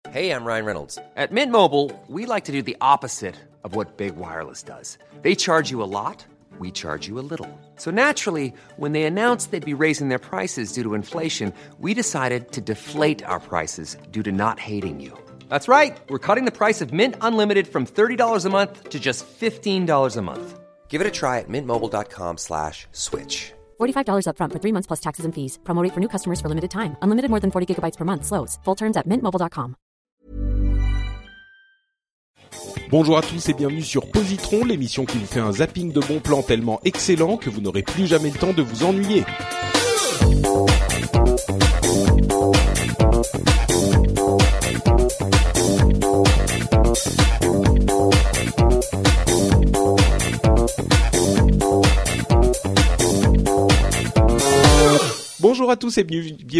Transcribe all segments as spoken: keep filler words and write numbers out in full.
Hey, I'm Ryan Reynolds. At Mint Mobile, we like to do the opposite of what Big Wireless does. They charge you a lot, we charge you a little. So naturally, when they announced they'd be raising their prices due to inflation, we decided to deflate our prices due to not hating you. That's right. We're cutting the price of Mint Unlimited from thirty dollars a month to just fifteen dollars a month. Give it a try at mintmobile.com slash switch. forty-five dollars up front for three months plus taxes and fees. Promo rate for new customers for limited time. Unlimited more than forty gigabytes per month. Slows full terms at mint mobile dot com. Bonjour à tous et bienvenue sur Positron, l'émission qui vous fait un zapping de bons plans tellement excellent que vous n'aurez plus jamais le temps de vous ennuyer. Bonjour à tous et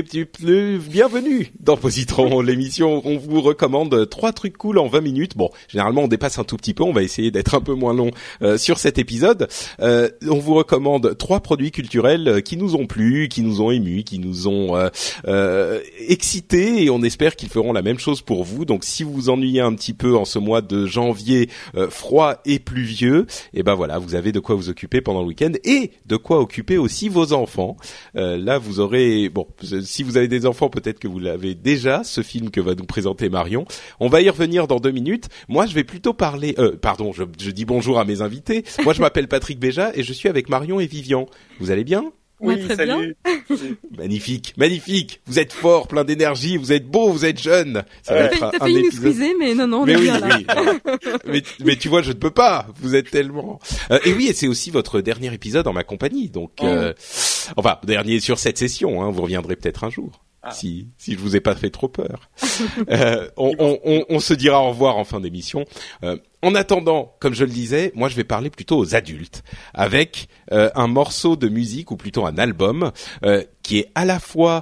bienvenue dans Positron, l'émission où on vous recommande trois trucs cool en vingt minutes. Bon, généralement on dépasse un tout petit peu, on va essayer d'être un peu moins long euh, sur cet épisode. Euh, on vous recommande trois produits culturels qui nous ont plu, qui nous ont émus, qui nous ont euh, euh, excités et on espère qu'ils feront la même chose pour vous. Donc si vous vous ennuyez un petit peu en ce mois de janvier euh, froid et pluvieux, et ben voilà, vous avez de quoi vous occuper pendant le week-end et de quoi occuper aussi vos enfants. Euh, là, vous Vous aurez, bon, si vous avez des enfants, peut-être que vous l'avez déjà, ce film que va nous présenter Marion. On va y revenir dans deux minutes. Moi, je vais plutôt parler, euh, pardon, je, je dis bonjour à mes invités. Moi, je m'appelle Patrick Béja et je suis avec Marion et Vivian. Vous allez bien? Oui, ouais, très salut. Bien. Magnifique, magnifique. Vous êtes fort, plein d'énergie, vous êtes beau, vous êtes jeune. Ça va euh, être un, t'as un failli épisode. nous squeezer, mais non, non, on mais est oui, bien là. oui. mais, mais tu vois, je ne peux pas. Vous êtes tellement. Euh, et oui, et c'est aussi votre dernier épisode en ma compagnie, donc. Oh. Euh, enfin, dernier sur cette session. Hein, vous reviendrez peut-être un jour. Ah. Si si je vous ai pas fait trop peur. euh, on, on, on, on se dira au revoir en fin d'émission. Euh, en attendant, comme je le disais, moi je vais parler plutôt aux adultes avec euh, un morceau de musique ou plutôt un album euh, qui est à la fois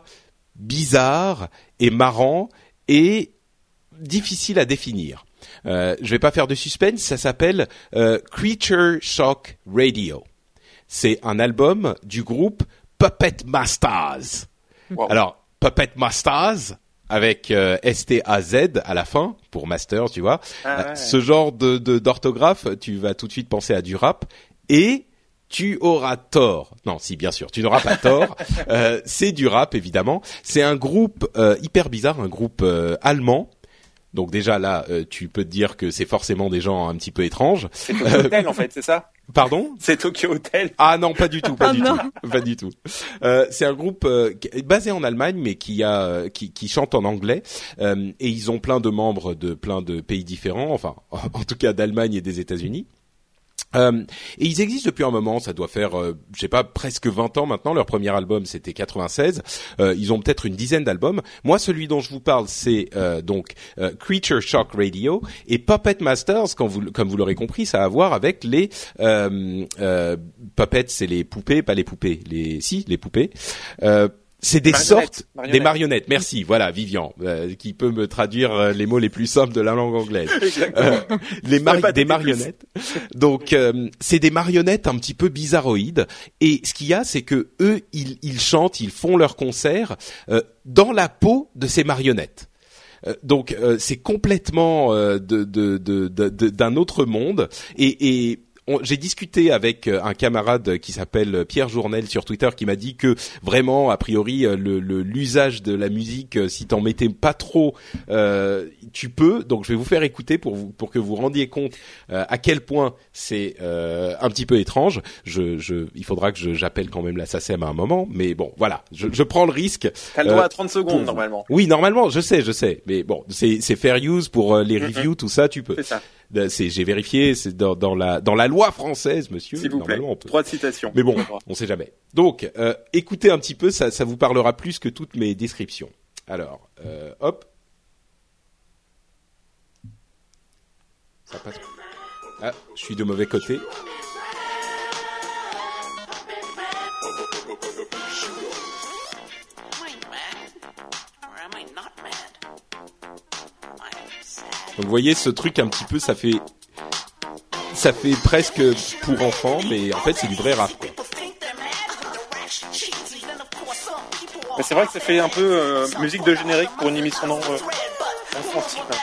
bizarre et marrant et difficile à définir. Euh, je vais pas faire de suspense. Ça s'appelle euh, Creature Shock Radio. C'est un album du groupe Puppet Masters. Wow. Alors Puppet Masters avec euh, S T A Z à la fin pour Masters, tu vois. Ah ouais. Ce genre de, de d'orthographe, tu vas tout de suite penser à du rap et tu auras tort. Non, si bien sûr, tu n'auras pas tort. euh, c'est du rap évidemment. C'est un groupe euh, hyper bizarre, un groupe euh, allemand. Donc déjà là, euh, tu peux te dire que c'est forcément des gens un petit peu étranges. C'est Tokyo Hotel en fait, c'est ça? Pardon? C'est Tokyo Hotel. Ah non, pas du tout, pas ah du non. tout, pas du tout. Euh, c'est un groupe euh, basé en Allemagne, mais qui a euh, qui, qui chante en anglais. Euh, et ils ont plein de membres de plein de pays différents, enfin en tout cas d'Allemagne et des États-Unis. Euh, et ils existent depuis un moment, ça doit faire, euh, je sais pas, presque vingt ans maintenant. Leur premier album, c'était quatre-vingt-seize. Euh, ils ont peut-être une dizaine d'albums. Moi, celui dont je vous parle, c'est euh, donc euh, Creature Shock Radio et Puppet Masters. Quand vous, comme vous l'aurez compris, ça a à voir avec les euh, euh, puppets, c'est les poupées, pas les poupées, les si, les poupées. Euh, C'est des marionnettes, sortes, marionnettes. des marionnettes. Merci, voilà, Vivian, euh, qui peut me traduire euh, les mots les plus simples de la langue anglaise. Exactement. Euh, les mari- pas des plus. marionnettes. Donc, euh, c'est des marionnettes un petit peu bizarroïdes. Et ce qu'il y a, c'est que eux, ils, ils chantent, ils font leurs concerts euh, dans la peau de ces marionnettes. Euh, donc, euh, c'est complètement euh, de, de, de, de, de, d'un autre monde. Et, et On, j'ai discuté avec un camarade qui s'appelle Pierre Journel sur Twitter qui m'a dit que vraiment, a priori, le, le, l'usage de la musique, si t'en mettais pas trop, euh, tu peux. Donc, je vais vous faire écouter pour vous, pour que vous rendiez compte euh, à quel point c'est euh, un petit peu étrange. Je, je, il faudra que je, j'appelle quand même la S A C E M à un moment, mais bon, voilà, je, je prends le risque. T'as le droit euh, à trente secondes pour... normalement. Oui, normalement, je sais, je sais, mais bon, c'est, c'est fair use pour euh, les reviews, mm-hmm. tout ça, tu peux. C'est ça. C'est, j'ai vérifié, c'est dans, dans la dans la loi française, monsieur. S'il vous plaît. On peut. Droit de citation. Mais bon, on sait jamais. Donc, euh, écoutez un petit peu, ça, ça vous parlera plus que toutes mes descriptions. Alors, euh, hop. Ça passe. Ah, je suis de mauvais côté. Donc vous voyez ce truc un petit peu, ça fait ça fait presque pour enfants, mais en fait c'est du vrai rap, quoi. Mais c'est vrai que ça fait un peu euh, musique de générique pour une émission d'en, euh, son type.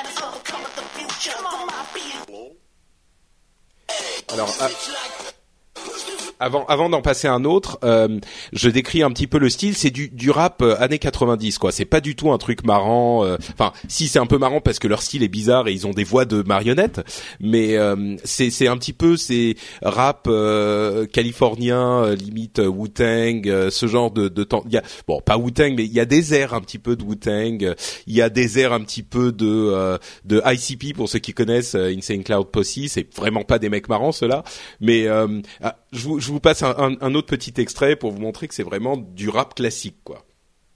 Alors, ah, avant, avant d'en passer un autre, euh, je décris un petit peu le style. C'est du, du rap euh, années quatre-vingt-dix, quoi. C'est pas du tout un truc marrant. euh, Enfin, si c'est un peu marrant parce que leur style est bizarre et ils ont des voix de marionnettes, mais euh, c'est, c'est un petit peu c'est rap euh, californien, euh, limite euh, Wu-Tang, euh, ce genre de, de temps. Il y a bon, pas Wu-Tang, mais il y a des airs un petit peu de Wu-Tang. euh, Il y a des airs un petit peu de euh, de I C P pour ceux qui connaissent euh, Insane Cloud Posse. C'est vraiment pas des mecs marrants ceux-là, mais euh, ah, je vous je vous passe un, un, un autre petit extrait pour vous montrer que c'est vraiment du rap classique, quoi.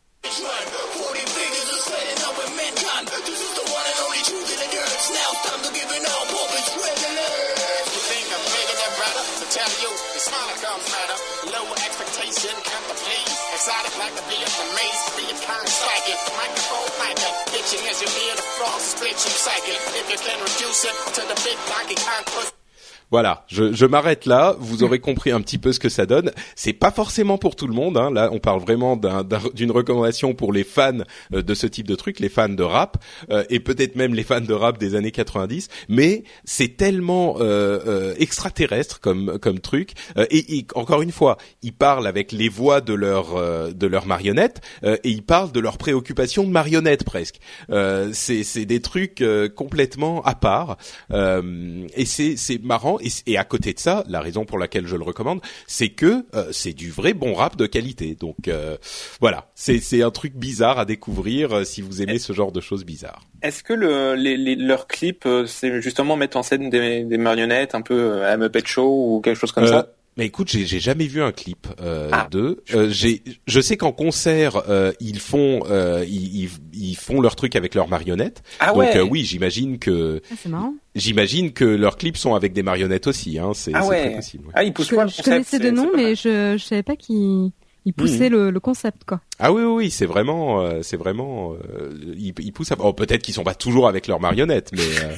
Voilà, je, je m'arrête là. Vous aurez compris un petit peu ce que ça donne. C'est pas forcément pour tout le monde, hein. Là, on parle vraiment d'un, d'un, d'une recommandation pour les fans euh, de ce type de truc, les fans de rap euh, et peut-être même les fans de rap des années quatre-vingt-dix. Mais c'est tellement euh, euh, extraterrestre comme comme truc. Euh, et, et encore une fois, ils parlent avec les voix de leurs euh, de leurs marionnettes euh, et ils parlent de leurs préoccupations de marionnettes presque. Euh, c'est c'est des trucs euh, complètement à part euh, et c'est c'est marrant. Et, et à côté de ça, la raison pour laquelle je le recommande, c'est que euh, c'est du vrai bon rap de qualité. Donc euh, voilà, c'est c'est un truc bizarre à découvrir euh, si vous aimez est, ce genre de choses bizarres. Est-ce que le, les, les, leurs clips, euh, c'est justement mettre en scène des, des marionnettes un peu euh, à Muppet Show ou quelque chose comme euh, ça? Mais écoute, j'ai, j'ai jamais vu un clip euh, ah, d'eux. Euh, j'ai, je sais qu'en concert, euh, ils font, euh, ils, ils, ils font leur truc avec leurs marionnettes. Ah Donc ouais. euh, oui, j'imagine que. Ah, c'est marrant. J'imagine que leurs clips sont avec des marionnettes aussi. Hein. C'est, ah c'est ouais. très possible. Ouais. Ah, ils poussent je, pas le je concept. connaissais de nom, mais je, je savais pas qu'ils ils poussaient mmh. le, le concept, quoi. Ah oui, oui, oui, c'est vraiment, euh, c'est vraiment, euh, ils, ils poussent. À... Oh, peut-être qu'ils sont pas toujours avec leurs marionnettes, mais. Euh...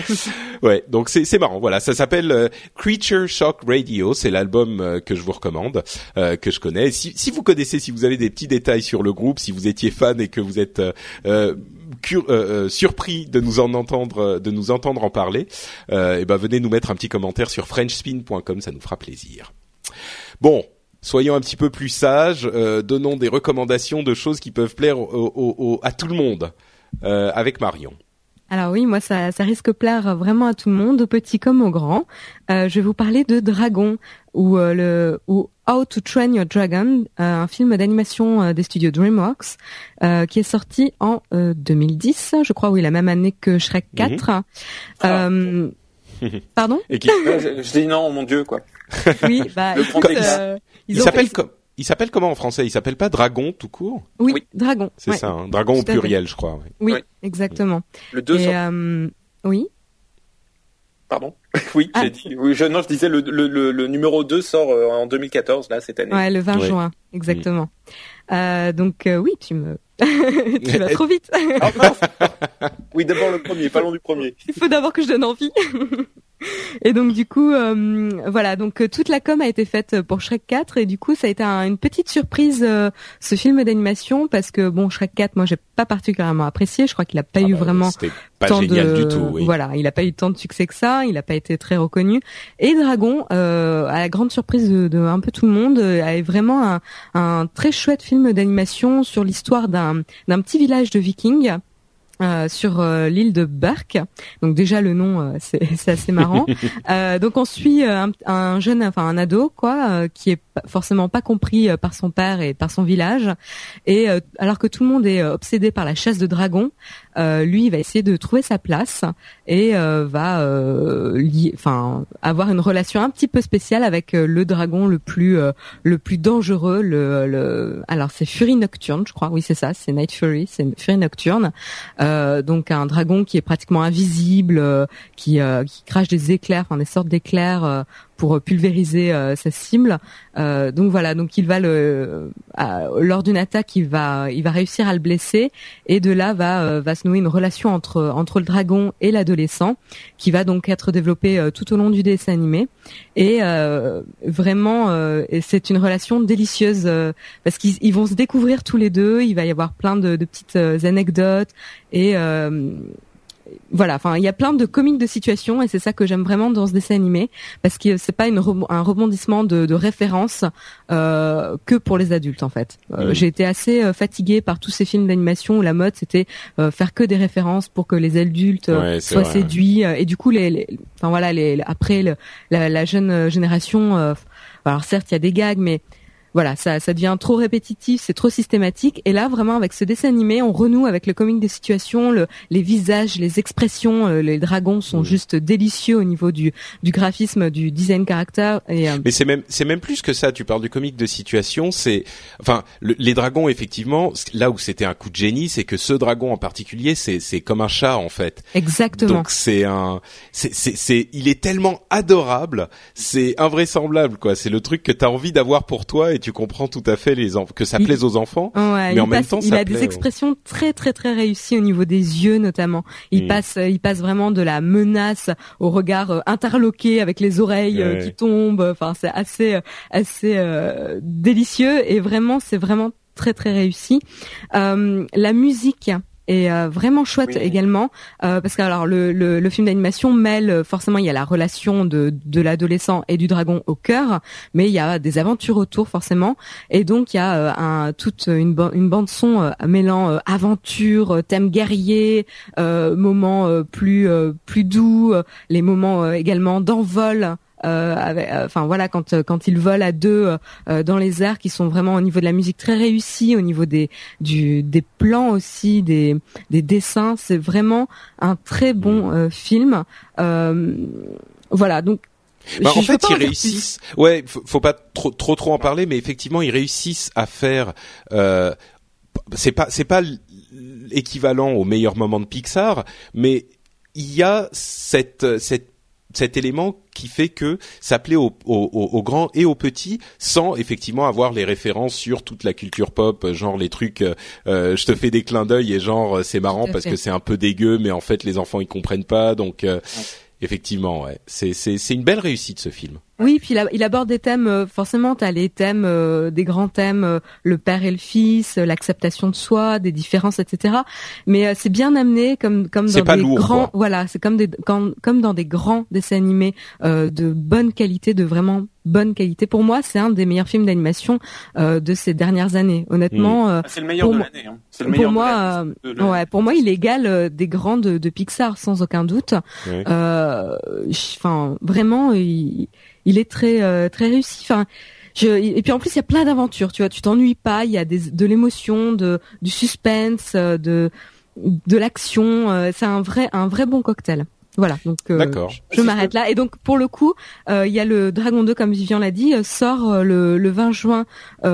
ouais, donc c'est c'est marrant. Voilà, ça s'appelle euh, Creature Shock Radio. C'est l'album euh, que je vous recommande, euh, que je connais. Si, si vous connaissez, si vous avez des petits détails sur le groupe, si vous étiez fan et que vous êtes euh, euh, cur- euh, surpris de nous en entendre, de nous entendre en parler, euh, et ben venez nous mettre un petit commentaire sur french spin point com, ça nous fera plaisir. Bon. Soyons un petit peu plus sages, euh, donnons des recommandations de choses qui peuvent plaire au, au, au, à tout le monde, euh, avec Marion. Alors oui, moi ça, ça risque de plaire vraiment à tout le monde, aux petits comme aux grands. Euh, je vais vous parler de Dragon ou euh, le ou How to Train Your Dragon, euh, un film d'animation euh, des studios DreamWorks euh, qui est sorti en euh, deux mille dix, je crois, oui, la même année que Shrek quatre. Mm-hmm. Euh, ah. Pardon ? Et qui... je, je dis non, mon Dieu, quoi. Oui, bah écoute, euh, il s'appelle fait... comme il s'appelle comment en français ? Il s'appelle pas Dragon tout court ? Oui, oui. Dragon. C'est ouais. ça, hein. Dragon au pluriel, je crois. Ouais. Oui, oui, exactement. Le deux. Et, sort... euh, oui. Pardon. Oui, ah. j'ai dit. Oui, je, non, je disais le, le, le, le numéro deux sort euh, en deux mille quatorze là cette année. Ouais, le vingt juin, exactement. Mmh. Euh, donc euh, oui, tu me tu vas trop vite. Oui, d'abord le premier, pas long du premier. Il faut d'abord que je donne envie. Et donc du coup, euh, voilà, donc euh, toute la com a été faite pour Shrek quatre et du coup ça a été un, une petite surprise euh, ce film d'animation parce que bon Shrek quatre, moi j'ai pas particulièrement apprécié, je crois qu'il a pas ah eu bah, vraiment pas tant génial de du tout, oui. Voilà, il a pas eu tant de succès que ça, il a pas été très reconnu. Et Dragon, euh, à la grande surprise de, de un peu tout le monde, euh, est vraiment un, un très chouette film d'animation sur l'histoire d'un d'un petit village de Vikings. Euh, sur euh, l'île de Burke. Donc déjà le nom euh, c'est, c'est assez marrant. euh, donc on suit euh, un, un jeune, enfin un ado quoi, euh, qui est pas, forcément pas compris euh, par son père et par son village. Et euh, alors que tout le monde est euh, obsédé par la chasse de dragons, euh, lui il va essayer de trouver sa place et euh, va, euh, li- enfin avoir une relation un petit peu spéciale avec euh, le dragon le plus euh, le plus dangereux. Le, le alors c'est Fury Nocturne, je crois. Oui c'est ça, c'est Night Fury, c'est Fury Nocturne. Euh, Euh, donc un dragon qui est pratiquement invisible, euh, qui, euh, qui crache des éclairs, enfin des sortes d'éclairs euh, pour pulvériser euh, sa cible. Euh, donc voilà, donc il va le euh, lors d'une attaque, il va il va réussir à le blesser et de là va euh, va se nouer une relation entre entre le dragon et l'adolescent qui va donc être développée euh, tout au long du dessin animé et euh, vraiment euh, c'est une relation délicieuse euh, parce qu'ils ils vont se découvrir tous les deux, il va y avoir plein de, de petites euh, anecdotes et euh, voilà, enfin il y a plein de comiques de situation et c'est ça que j'aime vraiment dans ce dessin animé parce que c'est pas une re- un rebondissement de, de références euh, que pour les adultes en fait. Euh, Mmh. J'ai été assez euh, fatiguée par tous ces films d'animation où la mode c'était euh, faire que des références pour que les adultes euh, Ouais, c'est soient vrai. séduits euh, et du coup les, les enfin voilà les, les- après le, la, la jeune génération euh, alors certes il y a des gags mais voilà, ça, ça devient trop répétitif, c'est trop systématique. Et là, vraiment, avec ce dessin animé, on renoue avec le comique des situations, le, les visages, les expressions. Euh, les dragons sont Mmh. juste délicieux au niveau du, du graphisme, du design character. Et euh, Mais c'est même c'est même plus que ça. Tu parles du comique de situation. C'est enfin le- les dragons effectivement. Là où c'était un coup de génie, c'est que ce dragon en particulier, c'est c'est comme un chat en fait. exactement. Donc c'est un c'est c'est c'est il est tellement adorable, c'est invraisemblable quoi. C'est le truc que t'as envie d'avoir pour toi et tu comprends tout à fait les enf- que ça Il- plaise aux enfants. Ouais, mais en il même passe- temps, il ça a plaît des aux- expressions très très très réussies au niveau des yeux notamment. Il Mm. passe, euh, il passe vraiment de la menace au regard euh, interloqué avec les oreilles euh, Ouais. qui tombent. Enfin, c'est assez euh, assez euh, délicieux et vraiment, c'est vraiment très très réussi. Euh, la musique est euh, vraiment chouette Oui. également euh, parce que alors le, le, le film d'animation mêle euh, forcément il y a la relation de, de l'adolescent et du dragon au cœur, mais il y a des aventures autour forcément et donc il y a euh, un, toute une, ba- une bande son euh, mêlant euh, aventure, euh, thème guerrier, euh, moments euh, plus euh, plus doux, euh, les moments euh, également d'envol. Euh, avec, euh, enfin voilà quand euh, quand ils volent à deux euh, dans les airs qui sont vraiment au niveau de la musique très réussis, au niveau des du des plans aussi, des des dessins, c'est vraiment un très bon euh, film. Euh, voilà donc. Bah, je- en je peux fait, pas ils en dire réussissent. Ouais, faut, faut pas trop, trop, trop en parler, mais effectivement, ils réussissent à faire. Euh, c'est pas, c'est pas l'équivalent au meilleur moment de Pixar, mais il y a cette, cette, cet élément qui fait que ça plaît aux, aux, aux grands et aux petits, sans effectivement avoir les références sur toute la culture pop, genre les trucs. Euh, je te fais des clins d'œil et genre c'est marrant Tout à parce fait. que c'est un peu dégueu, mais en fait les enfants ils comprennent pas, donc. Euh, Effectivement, ouais. C'est c'est c'est une belle réussite ce film. Oui, puis il, a- il aborde des thèmes, euh, forcément, tu as les thèmes, euh, des grands thèmes, euh, le père et le fils, euh, l'acceptation de soi, des différences, et cetera. Mais euh, c'est bien amené comme comme C'est dans pas des lourd, grands, quoi. voilà, c'est comme des comme, comme dans des grands dessins animés euh, de bonne qualité, de vraiment bonne qualité. Pour moi, c'est un des meilleurs films d'animation euh, de ces dernières années. Honnêtement, euh, C'est le meilleur Pour de moi- l'année. Hein. C'est le pour meilleur de moi, la- euh, de la- ouais, pour moi, il égale euh, des grands de, de Pixar sans aucun doute. Ouais. Euh, Enfin, vraiment, il, il est très euh, très réussi. Enfin, je, et puis en plus, il y a plein d'aventures. Tu vois, tu t'ennuies pas. Il y a des, de l'émotion, de du suspense, euh, de de l'action. euh, C'est un vrai un vrai bon cocktail. Voilà, donc euh, D'accord. je m'arrête là. Et donc pour le coup, euh, il y a le Dragon deux, comme Vivian l'a dit, euh, sort euh, le, le vingt juin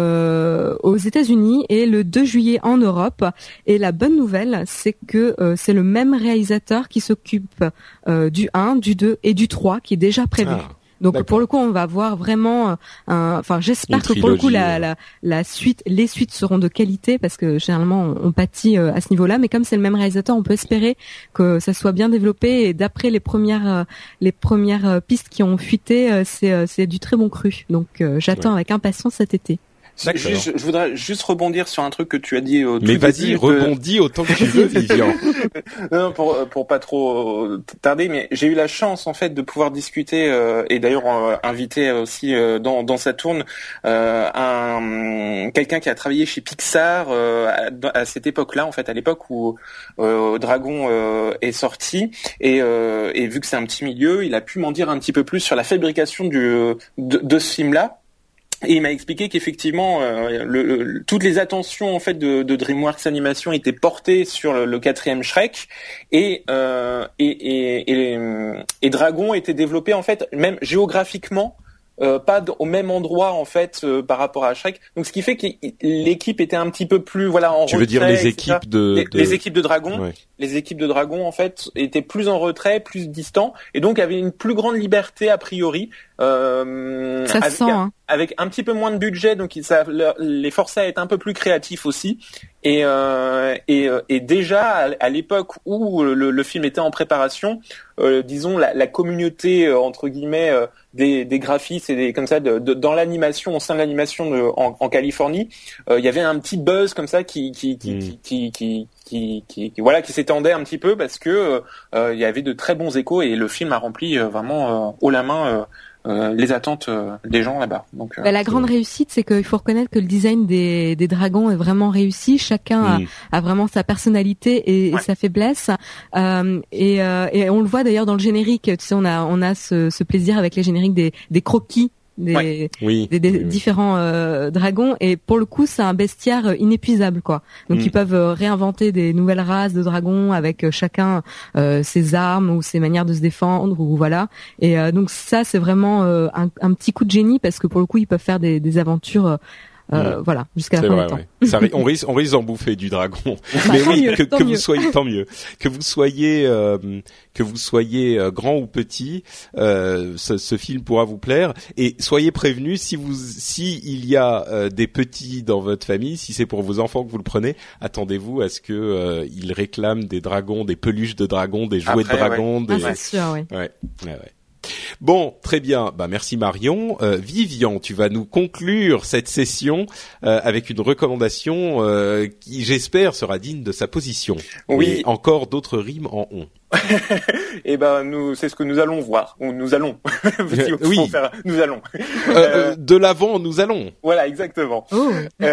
euh, aux États-Unis et le deux juillet en Europe. Et la bonne nouvelle, c'est que euh, c'est le même réalisateur qui s'occupe euh, du un, du deux et du trois, qui est déjà prévu. Ah, Donc d'accord. pour le coup, on va voir vraiment, euh, un, enfin j'espère Une que pour le coup trilogie, la, ouais. la, la suite, les suites seront de qualité parce que généralement on, on pâtit euh, à ce niveau-là. Mais comme c'est le même réalisateur, on peut espérer que ça soit bien développé. Et d'après les premières, euh, les premières euh, pistes qui ont fuité, euh, c'est, euh, c'est du très bon cru. Donc euh, j'attends Ouais. avec impatience cet été. D'accord. Je, je voudrais juste rebondir sur un truc que tu as dit au tout Mais vas-y, début de- rebondis autant que tu veux, Vivian. Non, pour pour pas trop euh, tarder, mais j'ai eu la chance en fait de pouvoir discuter euh, et d'ailleurs euh, inviter aussi euh, dans dans sa tourne euh, un quelqu'un qui a travaillé chez Pixar euh, à, à cette époque-là, en fait, à l'époque où euh, Dragon euh, est sorti et euh, et vu que c'est un petit milieu, il a pu m'en dire un petit peu plus sur la fabrication du de, de ce film-là. Et il m'a expliqué qu'effectivement, euh, le, le, toutes les attentions en fait de, de DreamWorks Animation étaient portées sur le, le quatrième Shrek, et, euh, et, et, et, et Dragon était développé en fait même géographiquement. Euh, pas d- au même endroit en fait euh, par rapport à Shrek. Donc ce qui fait que l'équipe était un petit peu plus voilà en Tu veux dire retrait, les et cetera. équipes de, les, de... les équipes de Dragon, Ouais. les équipes de Dragon en fait étaient plus en retrait, plus distants, et donc avaient une plus grande liberté a priori. Euh, Ça se avec, sent. Hein. avec un petit peu moins de budget, donc ils ça leur- les forçait à être un peu plus créatifs aussi. Et, euh, et, euh, et déjà à, à l'époque où le, le film était en préparation, euh, disons la, la communauté euh, entre guillemets euh, des, des graphistes et des comme ça de, de, dans l'animation, au sein de l'animation de, en, en Californie, euh, il y avait un petit buzz comme ça qui qui qui, Mm. qui, qui, qui qui, qui, qui, voilà, qui s'était s'étendait un petit peu parce que euh, il y avait de très bons échos et le film a rempli euh, vraiment euh, haut la main euh, euh, les attentes euh, des gens là-bas. Donc, euh, bah, la grande ouais. réussite, c'est qu'il faut reconnaître que le design des, des dragons est vraiment réussi. Chacun mmh. a, a vraiment sa personnalité et, ouais. et sa faiblesse. Euh, et, euh, et on le voit d'ailleurs dans le générique. Tu sais, on a on a ce, ce plaisir avec les génériques des, des croquis. Des, ouais. oui, des, des oui, oui. différents euh, dragons et pour le coup c'est un bestiaire inépuisable quoi. Donc mm. ils peuvent euh, réinventer des nouvelles races de dragons avec euh, chacun euh, ses armes ou ses manières de se défendre ou voilà. Et euh, donc ça c'est vraiment euh, un, un petit coup de génie parce que pour le coup ils peuvent faire des, des aventures euh, mmh. voilà jusqu'à la c'est fin vrai, du temps. Ouais. Ça, on risque on risque d'en bouffer du dragon. Bah, mais oui mieux, que, que mieux. vous soyez tant mieux que vous soyez euh, que vous soyez euh, grand ou petit, euh, ce, ce film pourra vous plaire et soyez prévenus si vous si il y a euh, des petits dans votre famille, si c'est pour vos enfants que vous le prenez, attendez-vous à ce que euh, ils réclament des dragons, des peluches de dragons, des jouets Après, de dragons, ouais. des ah, c'est sûr, oui. ouais, ouais, ouais. Bon, très bien. Bah merci Marion. Euh, Vivian, tu vas nous conclure cette session euh, avec une recommandation euh, qui, j'espère, sera digne de sa position. Oui. Et encore d'autres rimes en on. Et ben nous, c'est ce que nous allons voir. Ou nous allons. Euh, oui. Faire, nous allons. Euh, euh, de l'avant, nous allons. Voilà, exactement. Oh.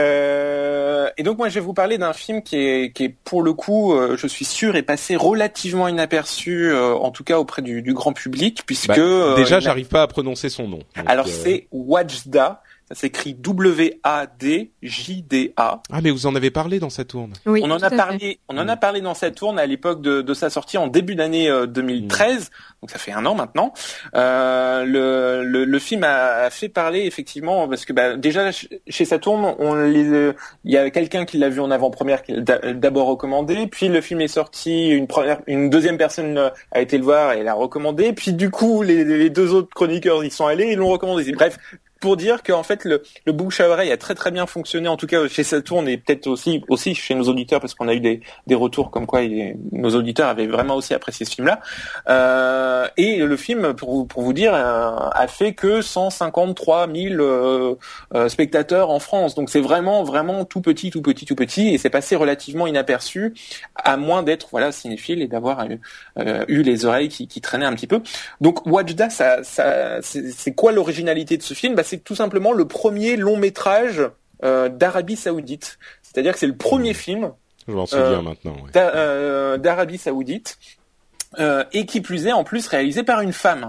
Euh, et donc moi, je vais vous parler d'un film qui est, qui est pour le coup, euh, je suis sûr, est passé relativement inaperçu, euh, en tout cas auprès du, du grand public, puisque bah, déjà, euh, j'arrive pas à prononcer son nom. Donc, alors euh... c'est Wajda. Ça s'écrit W A D J D A. Ah, mais vous en avez parlé dans sa tourne. Oui, on en a parlé, fait. on en a parlé dans sa tourne à l'époque de, de sa sortie en début d'année euh, deux mille treize. Mmh. Donc ça fait un an maintenant. Euh, le, le, le film a fait parler effectivement parce que bah, déjà chez Saturn, on les, il y a quelqu'un qui l'a vu en avant-première qui l'a d'abord recommandé, puis le film est sorti, une première, une deuxième personne a été le voir et l'a recommandé, puis du coup les, les deux autres chroniqueurs y sont allés et l'ont recommandé. Bref. Pour dire qu'en fait le, le bouche à oreille a très très bien fonctionné, en tout cas chez Saturn et peut-être aussi aussi chez nos auditeurs parce qu'on a eu des, des retours comme quoi il, nos auditeurs avaient vraiment aussi apprécié ce film-là. Euh, et le film, pour vous pour vous dire, euh, a fait que cent cinquante-trois mille euh, euh, spectateurs en France. Donc c'est vraiment vraiment tout petit tout petit tout petit et c'est passé relativement inaperçu, à moins d'être voilà cinéphile et d'avoir eu, euh, eu les oreilles qui, qui traînaient un petit peu. Donc Wajda, ça, ça c'est, c'est quoi l'originalité de ce film? Bah, c'est tout simplement le premier long métrage euh, d'Arabie Saoudite. C'est-à-dire que c'est le premier mmh. film Je m'en souviens euh, maintenant, ouais. d'A- euh, d'Arabie Saoudite euh, et qui plus est en plus réalisé par une femme.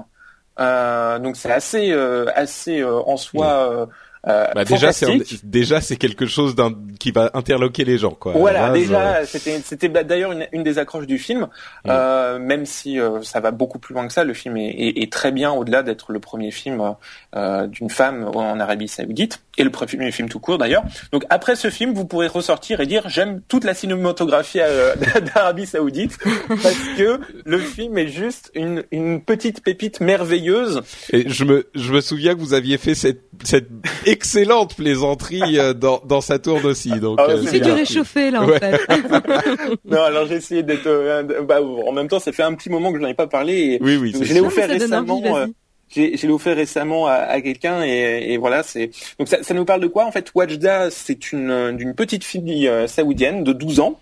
Euh, donc c'est assez euh, assez euh, en soi mmh. Euh, bah déjà c'est un, déjà c'est quelque chose d'un, qui va interloquer les gens quoi. Voilà, base, déjà euh... c'était c'était d'ailleurs une, une des accroches du film, mmh. euh, même si euh, ça va beaucoup plus loin que ça. Le film est, est, est très bien au-delà d'être le premier film euh, d'une femme en Arabie Saoudite et le premier film tout court d'ailleurs. Donc après ce film, vous pourrez ressortir et dire j'aime toute la cinématographie euh, d'Arabie Saoudite parce que le film est juste une une petite pépite merveilleuse. Et je me je me souviens que vous aviez fait cette cette excellente plaisanterie euh, dans dans sa tourne aussi. Donc ah, euh, c'est du réchauffé là en ouais. fait. Non, alors j'ai essayé d'être. Euh, bah, en même temps, ça fait un petit moment que je n'en ai pas parlé. Et oui, oui. je l'ai offert récemment. Euh, j'ai, je l'ai offert récemment à, à quelqu'un et, et voilà. C'est donc ça, ça nous parle de quoi en fait? Wajda, c'est une d'une petite fille euh, saoudienne de douze ans.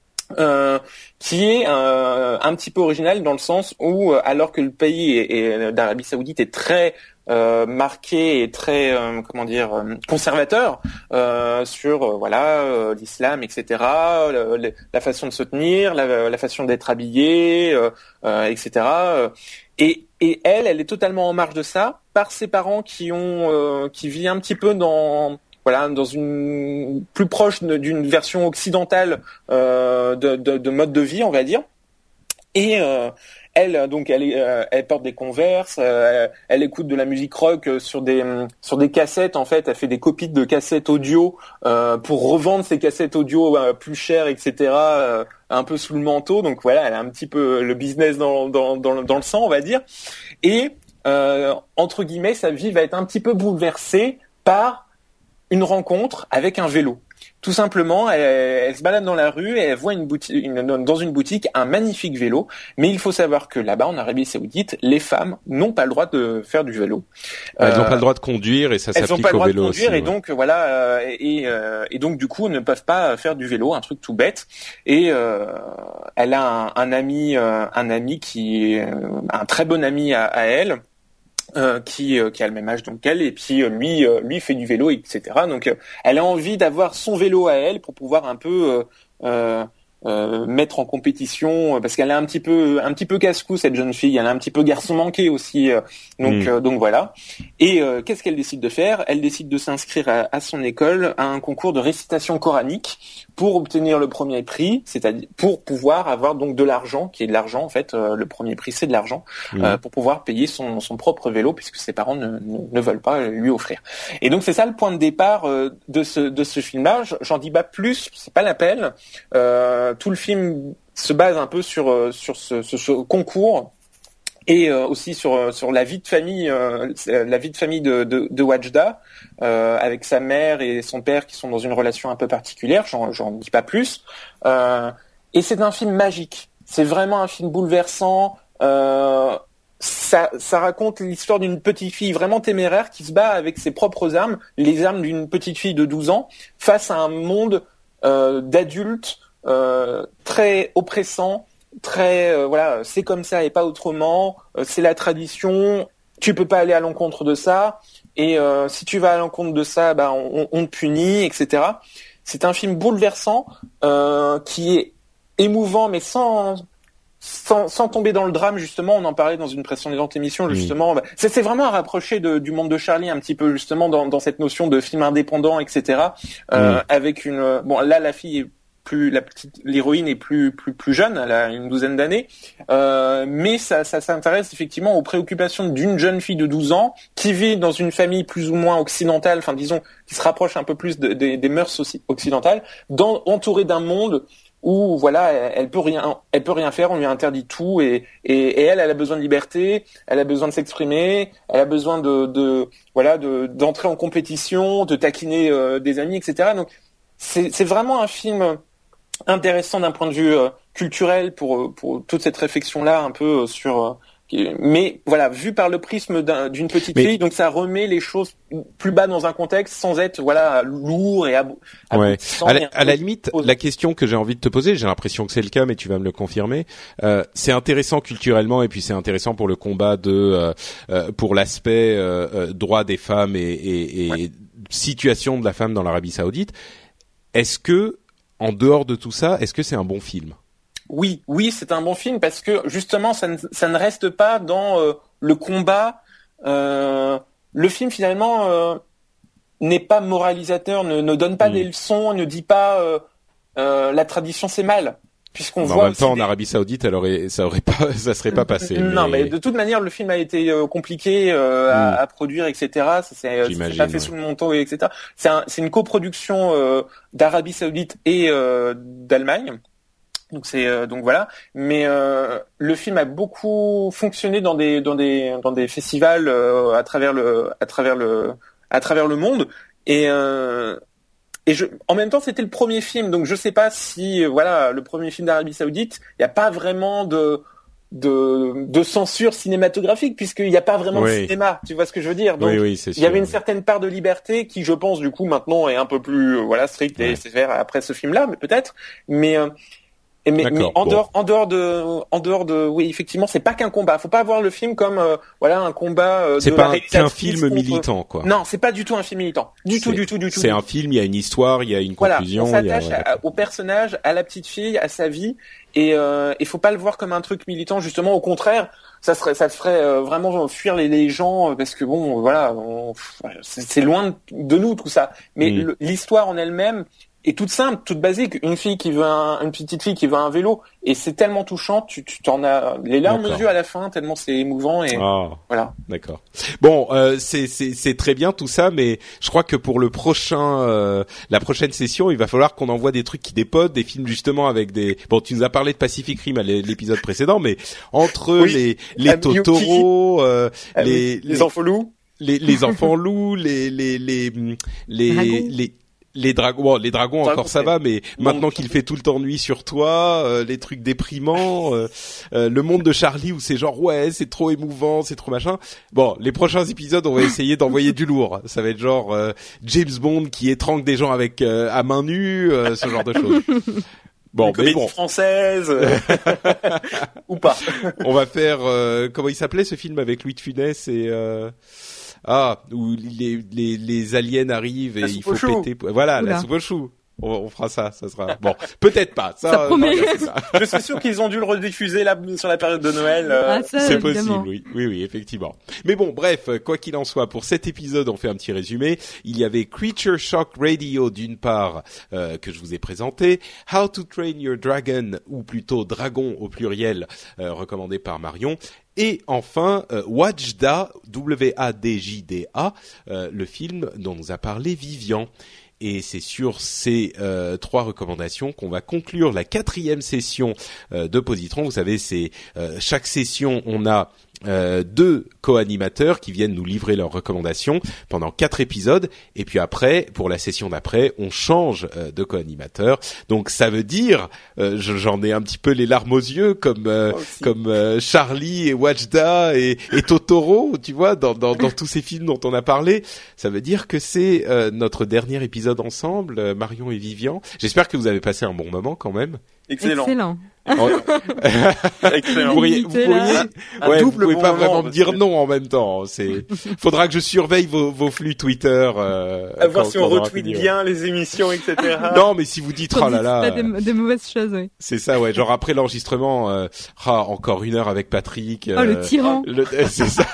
Euh, qui est euh, un petit peu original dans le sens où, euh, alors que le pays est, est, d'Arabie Saoudite est très euh, marqué et très, euh, comment dire, euh, conservateur euh, sur euh, voilà euh, l'islam, et cetera, le, le, la façon de se tenir, la, la façon d'être habillé, euh, euh, et cetera. Et, et elle, elle est totalement en marge de ça par ses parents qui ont, euh, qui vivent un petit peu dans Voilà, dans une plus proche d'une version occidentale euh, de, de, de mode de vie, on va dire. Et euh, elle, donc, elle, euh, elle porte des Converse, euh, elle écoute de la musique rock sur des sur des cassettes. En fait, elle fait des copies de cassettes audio euh, pour revendre ces cassettes audio euh, plus chères, et cetera. Euh, un peu sous le manteau. Donc voilà, elle a un petit peu le business dans dans dans, dans le sang, on va dire. Et euh, entre guillemets, sa vie va être un petit peu bouleversée par une rencontre avec un vélo. Tout simplement, elle, elle se balade dans la rue et elle voit une boutique, une, dans une boutique un magnifique vélo. Mais il faut savoir que là-bas, en Arabie Saoudite, les femmes n'ont pas le droit de faire du vélo. Elles n'ont euh, pas le droit de conduire et ça s'applique au vélo aussi. Elles n'ont pas le droit de conduire aussi, et ouais. donc voilà, euh, et, euh, et donc du coup, ne peuvent pas faire du vélo, un truc tout bête. Et euh, elle a un, un ami, euh, un ami qui est un très bon ami à, à elle. Euh, qui euh, qui a le même âge donc qu'elle et puis euh, lui euh, lui fait du vélo, etc. Donc euh, elle a envie d'avoir son vélo à elle pour pouvoir un peu euh, euh, euh, mettre en compétition, parce qu'elle est un petit peu un petit peu casse-cou, cette jeune fille, elle a un petit peu garçon manqué aussi, euh, donc mmh. euh, donc voilà. Et euh, qu'est-ce qu'elle décide de faire? Elle décide de s'inscrire à, à son école à un concours de récitation coranique pour obtenir le premier prix, c'est-à-dire pour pouvoir avoir donc de l'argent, qui est de l'argent en fait, euh, le premier prix c'est de l'argent, mmh. euh, pour pouvoir payer son son propre vélo puisque ses parents ne, ne, ne veulent pas lui offrir. Et donc c'est ça le point de départ euh, de ce de ce film-là. J'en dis pas plus, c'est pas la peine. Euh, tout le film se base un peu sur sur ce, ce, ce concours et euh, aussi sur sur la vie de famille, euh, la vie de famille de de, de Wajda, euh, avec sa mère et son père qui sont dans une relation un peu particulière. J'en j'en dis pas plus. Euh, et c'est un film magique. C'est vraiment un film bouleversant. Euh, ça ça raconte l'histoire d'une petite fille vraiment téméraire qui se bat avec ses propres armes, les armes d'une petite fille de douze ans, face à un monde euh, d'adultes Euh, très oppressant, très euh, voilà, c'est comme ça et pas autrement, euh, c'est la tradition, tu peux pas aller à l'encontre de ça, et euh, si tu vas à l'encontre de ça, bah on, on te punit, et cetera. C'est un film bouleversant euh, qui est émouvant, mais sans sans sans tomber dans le drame, justement. On en parlait dans une précédente émission, justement. Mmh. Bah, c'est, c'est vraiment à rapprocher de, du Monde de Charlie un petit peu, justement, dans, dans cette notion de film indépendant, et cetera. Euh, mmh. Avec une bon là la fille est plus la petite l'héroïne est plus plus plus jeune, elle a une douzaine d'années, euh, mais ça ça s'intéresse effectivement aux préoccupations d'une jeune fille de douze ans qui vit dans une famille plus ou moins occidentale, enfin disons qui se rapproche un peu plus de, de, des mœurs occidentales, dans, entourée d'un monde où voilà elle, elle peut rien elle peut rien faire, on lui interdit tout, et, et et elle elle a besoin de liberté, elle a besoin de s'exprimer, elle a besoin de de voilà de d'entrer en compétition, de taquiner euh, des amis, et cetera. Donc c'est c'est vraiment un film intéressant d'un point de vue euh, culturel pour pour toute cette réflexion là un peu euh, sur euh, mais voilà, vu par le prisme d'un, d'une petite mais... fille, donc ça remet les choses plus bas dans un contexte sans être voilà lourd et abou- ouais. à la, à la limite la question que j'ai envie de te poser, j'ai l'impression que c'est le cas mais tu vas me le confirmer, euh, c'est intéressant culturellement et puis c'est intéressant pour le combat de euh, euh, pour l'aspect euh, euh, droit des femmes et, et, et ouais. situation de la femme dans l'Arabie Saoudite. Est-ce que en dehors de tout ça, est-ce que c'est un bon film? Oui, oui, c'est un bon film parce que justement, ça ne, ça ne reste pas dans euh, le combat. Euh, le film finalement euh, n'est pas moralisateur, ne, ne donne pas mmh. des leçons, ne dit pas euh, euh, la tradition c'est mal. Puisqu'on mais voit en même temps, des... en Arabie Saoudite, elle aurait, ça aurait pas, ça serait pas passé. Non, mais, mais de toute manière, le film a été euh, compliqué euh, à, mmh. à produire, et cetera. Ça s'est, ça s'est pas fait ouais. sous le manteau, et cetera. C'est, un, c'est une coproduction euh, d'Arabie Saoudite et euh, d'Allemagne. Donc c'est euh, donc voilà. Mais euh, le film a beaucoup fonctionné dans des dans des dans des festivals euh, à travers le à travers le à travers le monde et euh, Et je, en même temps, c'était le premier film, donc je sais pas si, voilà, le premier film d'Arabie Saoudite, il n'y a pas vraiment de, de, de censure cinématographique, puisqu'il n'y a pas vraiment oui. de cinéma, tu vois ce que je veux dire. Donc, oui, oui, c'est il y avait sûr, une oui. certaine part de liberté qui, je pense, du coup, maintenant est un peu plus, voilà, stricte ouais. et sévère après ce film-là, mais peut-être. Mais, euh, Et mais, mais en bon. dehors, en dehors de, en dehors de, oui, effectivement, c'est pas qu'un combat. Faut pas voir le film comme, euh, voilà, un combat. Euh, c'est de pas la un, qu'un film contre... militant, quoi. Non, c'est pas du tout un film militant. Du c'est, tout, du tout, du tout. C'est du un tout. film. Il y a une histoire, il y a une voilà, conclusion. On s'attache il y a, ouais, à, au personnage, à la petite fille, à sa vie, et euh, il faut pas le voir comme un truc militant. Justement, au contraire, ça serait, ça ferait euh, vraiment fuir les, les gens parce que bon, voilà, on, c'est, c'est loin de nous tout ça. Mais mmh. le, l'histoire en elle-même. Et toute simple, toute basique, une fille qui veut un, une petite fille qui veut un vélo, et c'est tellement touchant, tu, tu t'en as les larmes aux yeux à la fin, tellement c'est émouvant et ah, voilà. D'accord. Bon, euh, c'est c'est c'est très bien tout ça, mais je crois que pour le prochain, euh, la prochaine session, il va falloir qu'on envoie des trucs qui dépodent, des films justement avec des. Bon, tu nous as parlé de Pacific Rim à l'épisode précédent, mais entre oui, les les Totoro, euh, les les, les Enfants loups. les, les enfants loups, les les les les Dragons. les les dragons, bon, les dragons Dragon, encore ça va, mais maintenant qu'il fait tout le temps nuit sur toi, euh, les trucs déprimants, euh, euh, le monde de Charlie où c'est genre ouais c'est trop émouvant, c'est trop machin. Bon, les prochains épisodes on va essayer d'envoyer du lourd. Ça va être genre euh, James Bond qui étrangle des gens avec euh, à main nue, euh, ce genre de choses. Bon, mais bon. Française ou pas. On va faire euh, comment il s'appelait ce film avec Louis de Funès et euh, ah où les les les aliens arrivent et La il soupe faut au chou. péter. Voilà, Oula. la soupe au chou. On, on fera ça, ça sera bon. Peut-être pas. Ça, Ça euh, promet. non, c'est ça. Je suis sûr qu'ils ont dû le rediffuser là sur la période de Noël. euh. Ah, ça, C'est évidemment. possible, oui, oui, oui, effectivement. Mais bon, bref, quoi qu'il en soit, pour cet épisode, on fait un petit résumé. Il y avait Creature Shock Radio d'une part euh, que je vous ai présenté, How to Train Your Dragon ou plutôt Dragon au pluriel, euh, recommandé par Marion. Et enfin, euh, Wajda, W A D J D A, euh, le film dont nous a parlé Vivian. Et c'est sur ces euh, trois recommandations qu'on va conclure la quatrième session euh, de Positron. Vous savez, c'est euh, chaque session, on a euh, deux co-animateurs qui viennent nous livrer leurs recommandations pendant quatre épisodes. Et puis après, pour la session d'après, on change euh, de co-animateur. Donc ça veut dire, euh, j'en ai un petit peu les larmes aux yeux, comme euh, comme euh, Charlie et Wajda et, et Totoro, tu vois, dans, dans, dans tous ces films dont on a parlé. Ça veut dire que c'est euh, notre dernier épisode ensemble, euh, Marion et Vivian. J'espère que vous avez passé un bon moment quand même. Excellent. Excellent. Excellent. Vous pourriez, vous Limité, là. pourriez, Un ouais, vous double pouvez bon pas moment, vraiment me parce dire que- non en même temps. C'est, faudra que je surveille vos, vos flux Twitter. Euh, À voir quand- si quand on aura retweet fini, ouais. bien les émissions, et cetera. Non, mais si vous dites oh là là, Pas des, des mauvaises choses, oui. c'est ça, ouais. Genre après l'enregistrement, euh, ah, encore une heure avec Patrick. Oh, le euh, tyran. le- c'est ça.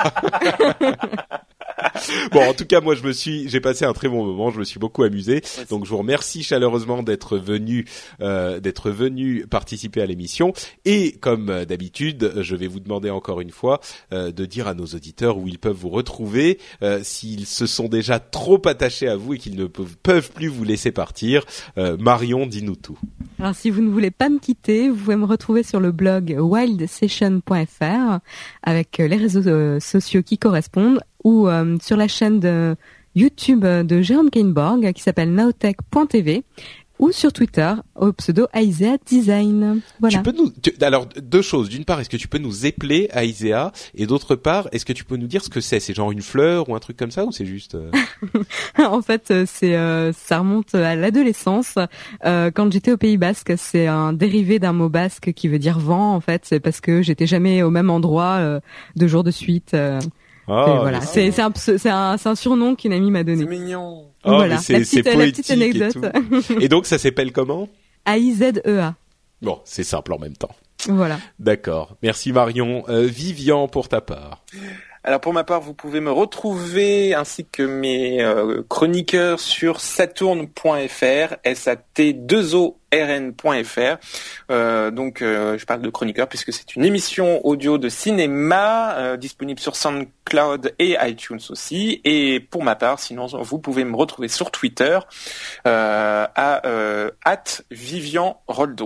Bon, en tout cas, moi, je me suis, j'ai passé un très bon moment. Je me suis beaucoup amusé. Donc, je vous remercie chaleureusement d'être venu, euh, d'être venu participer à l'émission. Et comme euh, d'habitude, je vais vous demander encore une fois euh, de dire à nos auditeurs où ils peuvent vous retrouver, euh, s'ils se sont déjà trop attachés à vous et qu'ils ne peuvent, peuvent plus vous laisser partir. Euh, Marion, dis-nous tout. Alors, si vous ne voulez pas me quitter, vous pouvez me retrouver sur le blog wild session point f r avec euh, les réseaux euh, sociaux qui correspondent ou euh, sur la chaîne de YouTube de Jérôme Kainborg qui s'appelle nowtech point t v ou sur Twitter au pseudo Aisea Design. Voilà. Tu peux nous, tu- alors deux choses. D'une part, est-ce que tu peux nous épeler Aisea, et d'autre part, est-ce que tu peux nous dire ce que c'est? C'est genre une fleur ou un truc comme ça, ou c'est juste euh... En fait, euh, c'est euh, ça remonte à l'adolescence. Euh, quand j'étais au Pays Basque, c'est un dérivé d'un mot basque qui veut dire vent. En fait, c'est parce que j'étais jamais au même endroit euh, deux jours de suite. Euh, Ah, et voilà, mais c'est c'est un pse- c'est un c'est un surnom qu'une amie m'a C'est donné. mignon. Oh, Voilà, mais c'est- la petite, c'est la petite poétique et anecdote. Et donc, ça s'appelle comment? A I Z E A. Bon, c'est simple en même temps. Voilà. D'accord. Merci Marion. Euh, Vivian, pour ta part. Alors pour ma part, vous pouvez me retrouver ainsi que mes euh, chroniqueurs sur saturn point f r, S A T deux O R N point f r. Euh, donc euh, je parle de chroniqueurs puisque c'est une émission audio de cinéma euh, disponible sur SoundCloud et iTunes aussi. Et pour ma part, sinon vous pouvez me retrouver sur Twitter euh, à euh, at Vivian Roldo.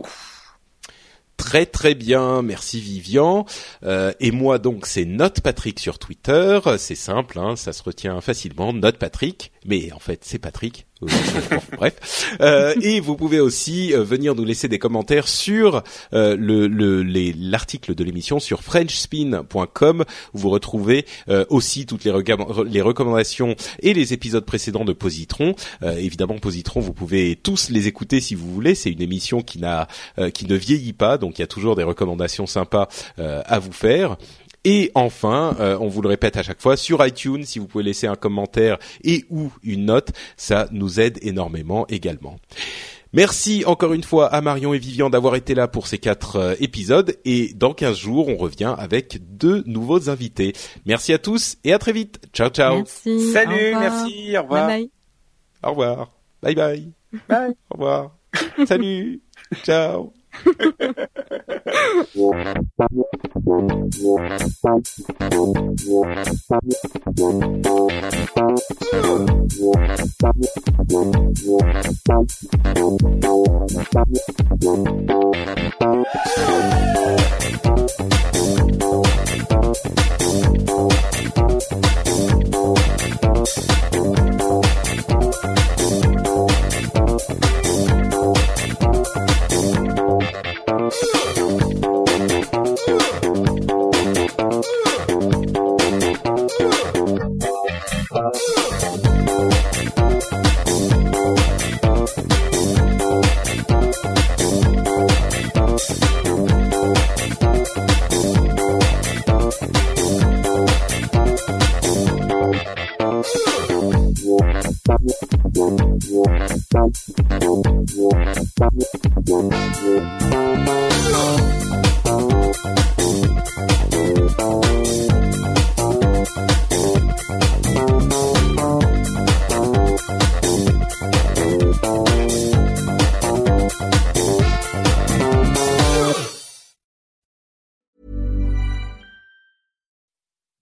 Très très bien, merci Vivian. Euh, et moi donc c'est Note Patrick sur Twitter. C'est simple, hein, ça se retient facilement. Note Patrick, mais en fait c'est Patrick. Bon, bref. Euh, et vous pouvez aussi euh, venir nous laisser des commentaires sur euh, le, le les, l'article de l'émission sur french spin point com où vous retrouvez euh, aussi toutes les, rega- les recommandations et les épisodes précédents de Positron. Euh, évidemment Positron, vous pouvez tous les écouter si vous voulez. C'est une émission qui n'a euh, qui ne vieillit pas, donc il y a toujours des recommandations sympas euh, à vous faire. Et enfin, euh, on vous le répète à chaque fois, sur iTunes, si vous pouvez laisser un commentaire et ou une note, ça nous aide énormément également. Merci encore une fois à Marion et Vivian d'avoir été là pour ces quatre euh, épisodes. Et dans quinze jours, on revient avec deux nouveaux invités. Merci à tous et à très vite. Ciao, ciao. Merci. Salut, au revoir. merci, au revoir. Bye bye. Au revoir. Bye bye. Bye. Au revoir. Salut. Ciao.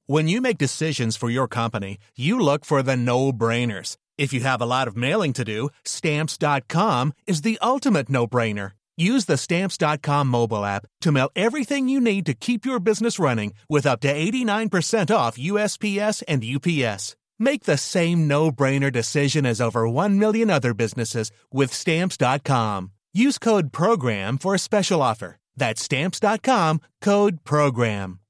When you make decisions for your company, you look for the no-brainers. If you have a lot of mailing to do, Stamps dot com is the ultimate no-brainer. Use the Stamps dot com mobile app to mail everything you need to keep your business running with up to eighty-nine percent off U S P S and U P S. Make the same no-brainer decision as over one million other businesses with Stamps dot com. Use code PROGRAM for a special offer. That's Stamps dot com, code PROGRAM.